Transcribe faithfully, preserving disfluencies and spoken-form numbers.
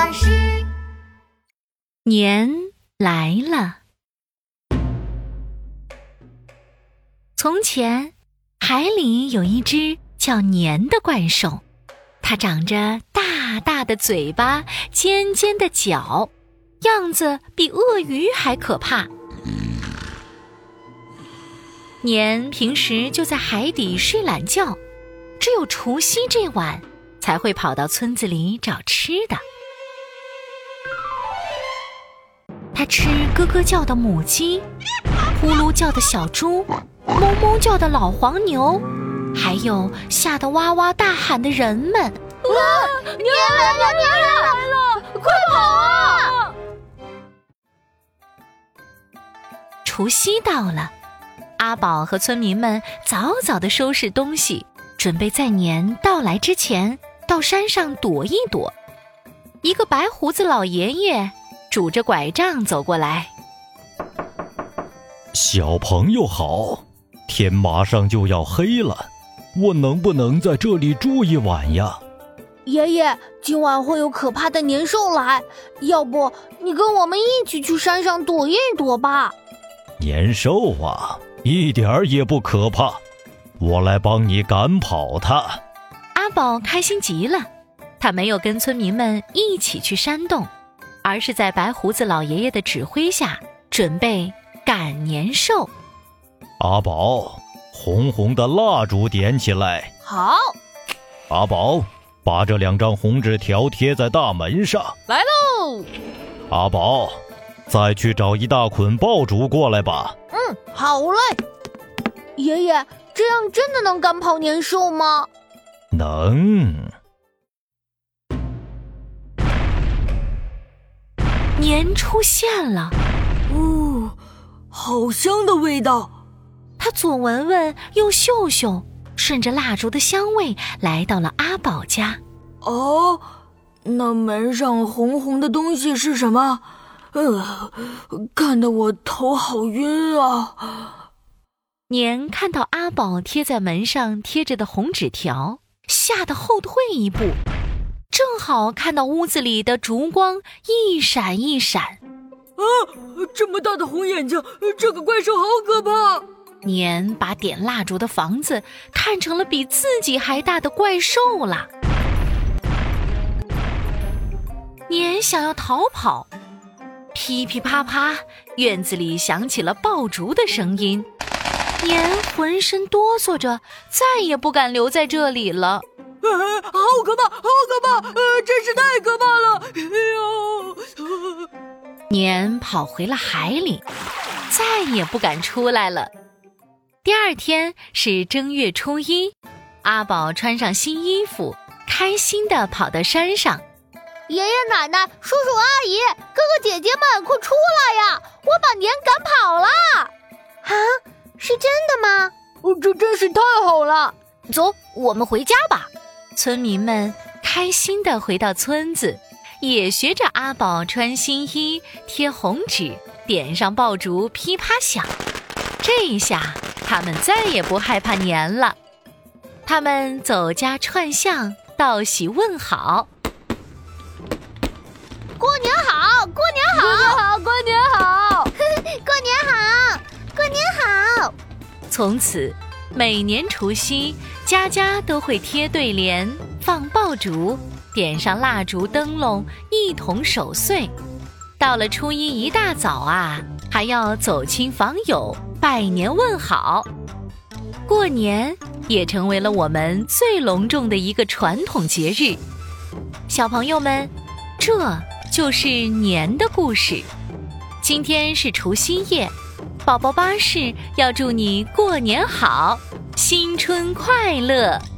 巴士。 年来了。从前，海里有一只叫年的怪兽，它长着大大的嘴巴，尖尖的角，样子比鳄鱼还可怕。年平时就在海底睡懒觉，只有除夕这晚才会跑到村子里找吃的。它吃咯咯叫的母鸡，呼噜叫的小猪，哞哞叫的老黄牛，还有吓得哇哇大喊的人们。 啊！年来了，年来了，快跑啊！ 除夕到了，阿宝和村民们早早地收拾东西，准备在年到来之前到山上躲一躲。一个白胡子老爷爷拄着拐杖走过来。 小朋友好，天马上就要黑了，我能不能在这里住一晚呀？ 爷爷，今晚会有可怕的年兽来，要不你跟我们一起去山上躲一躲吧？ 年兽啊，一点儿也不可怕，我来帮你赶跑它。 阿宝开心极了，他没有跟村民们一起去山洞，而是在白胡子老爷爷的指挥下准备赶年兽。 阿宝，红红的蜡烛点起来。 好。 阿宝，把这两张红纸条贴在大门上。 来喽。 阿宝，再去找一大捆爆竹过来吧。 嗯，好嘞。爷爷，这样真的能赶跑年兽吗？ 能。 年出现了。 哦，好香的味道。 他左闻闻右嗅嗅，顺着蜡烛的香味来到了阿宝家。 哦，那门上红红的东西是什么？呃，看得我头好晕啊。 年看到阿宝贴在门上贴着的红纸条，吓得后退一步，正好看到屋子里的烛光一闪一闪。 啊，这么大的红眼睛，这个怪兽好可怕。 年把点蜡烛的房子看成了比自己还大的怪兽了。年想要逃跑，噼噼啪啪，院子里响起了爆竹的声音。年浑身哆嗦着，再也不敢留在这里了。 呃、好可怕，好可怕，呃，真是太可怕了。哎呦！ 年跑回了海里，再也不敢出来了。第二天是正月初一，阿宝穿上新衣服，开心地跑到山上。 爷爷奶奶、叔叔阿姨、哥哥姐姐们，快出来呀！我把年赶跑了。 啊，是真的吗？ 哦，这真是太好了。 走，我们回家吧。村民们开心地回到村子，也学着阿宝穿新衣，贴红纸，点上爆竹，噼啪响。这一下他们再也不害怕年了。他们走家串巷，道喜问好。 过年好，过年好，过年好， 过年好，过年好。 从此每年除夕，家家都会贴对联，放爆竹，点上蜡烛灯笼，一同守岁。到了初一一大早啊，还要走亲访友，拜年问好。过年也成为了我们最隆重的一个传统节日。小朋友们，这就是年的故事。今天是除夕夜，宝宝巴士要祝你过年好，新春快乐。